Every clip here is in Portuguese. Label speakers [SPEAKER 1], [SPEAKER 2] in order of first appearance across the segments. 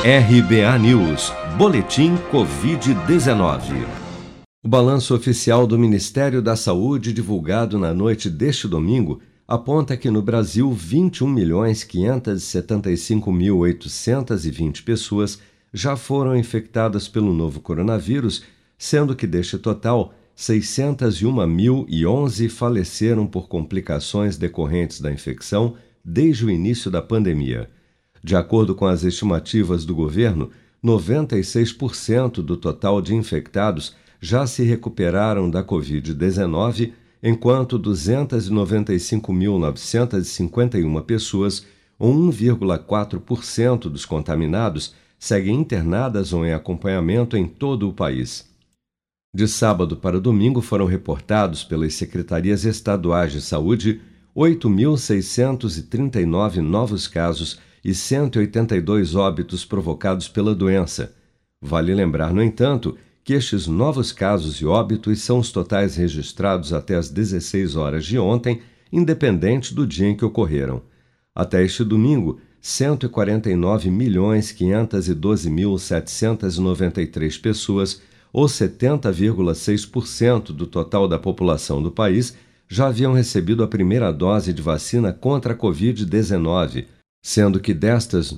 [SPEAKER 1] RBA News, Boletim Covid-19. O balanço oficial do Ministério da Saúde, divulgado na noite deste domingo, aponta que no Brasil 21.575.820 pessoas já foram infectadas pelo novo coronavírus, sendo que deste total, 601.011 faleceram por complicações decorrentes da infecção desde o início da pandemia. De acordo com as estimativas do governo, 96% do total de infectados já se recuperaram da Covid-19, enquanto 295.951 pessoas, ou 1,4% dos contaminados, seguem internadas ou em acompanhamento em todo o país. De sábado para domingo foram reportados pelas secretarias estaduais de saúde 8.639 novos casos e 182 óbitos provocados pela doença. Vale lembrar, no entanto, que estes novos casos e óbitos são os totais registrados até às 16 horas de ontem, independente do dia em que ocorreram. Até este domingo, 149.512.793 pessoas, ou 70,6% do total da população do país, já haviam recebido a primeira dose de vacina contra a Covid-19, sendo que destas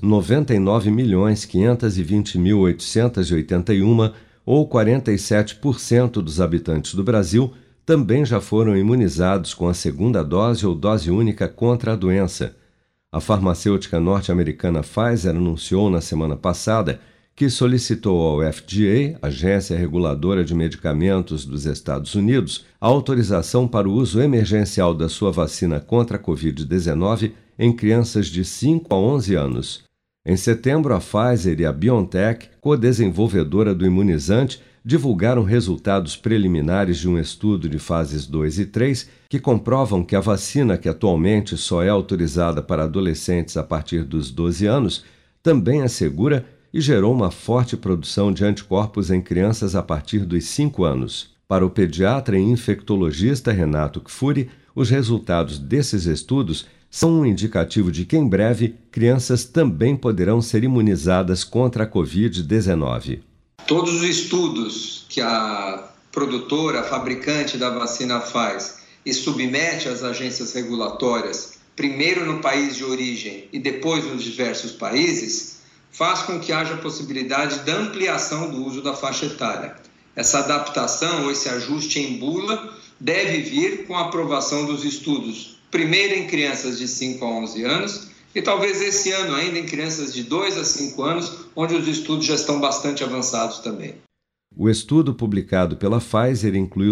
[SPEAKER 1] 99.520.881, ou 47% dos habitantes do Brasil, também já foram imunizados com a segunda dose ou dose única contra a doença. A farmacêutica norte-americana Pfizer anunciou na semana passada que solicitou ao FDA, Agência Reguladora de Medicamentos dos Estados Unidos, a autorização para o uso emergencial da sua vacina contra a Covid-19 em crianças de 5 a 11 anos. Em setembro, a Pfizer e a BioNTech, co-desenvolvedora do imunizante, divulgaram resultados preliminares de um estudo de fases 2 e 3 que comprovam que a vacina, que atualmente só é autorizada para adolescentes a partir dos 12 anos, também é segura e gerou uma forte produção de anticorpos em crianças a partir dos 5 anos. Para o pediatra e infectologista Renato Kfouri, os resultados desses estudos são um indicativo de que, em breve, crianças também poderão ser imunizadas contra a Covid-19.
[SPEAKER 2] Todos os estudos que a produtora, a fabricante da vacina faz e submete às agências regulatórias, primeiro no país de origem e depois nos diversos países, faz com que haja possibilidade da ampliação do uso da faixa etária. Essa adaptação ou esse ajuste em bula deve vir com a aprovação dos estudos, primeiro em crianças de 5 a 11 anos e talvez esse ano ainda em crianças de 2 a 5 anos, onde os estudos já estão bastante avançados também.
[SPEAKER 1] O estudo publicado pela Pfizer incluiu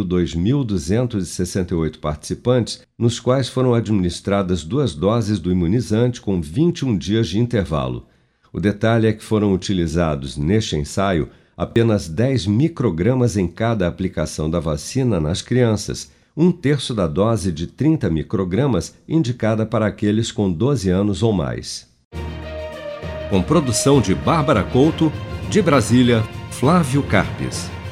[SPEAKER 1] 2.268 participantes, nos quais foram administradas 2 doses do imunizante com 21 dias de intervalo. O detalhe é que foram utilizados, neste ensaio, apenas 10 microgramas em cada aplicação da vacina nas crianças, 1/3 da dose de 30 microgramas indicada para aqueles com 12 anos ou mais. Com produção de Bárbara Couto, de Brasília, Flávio Carpes.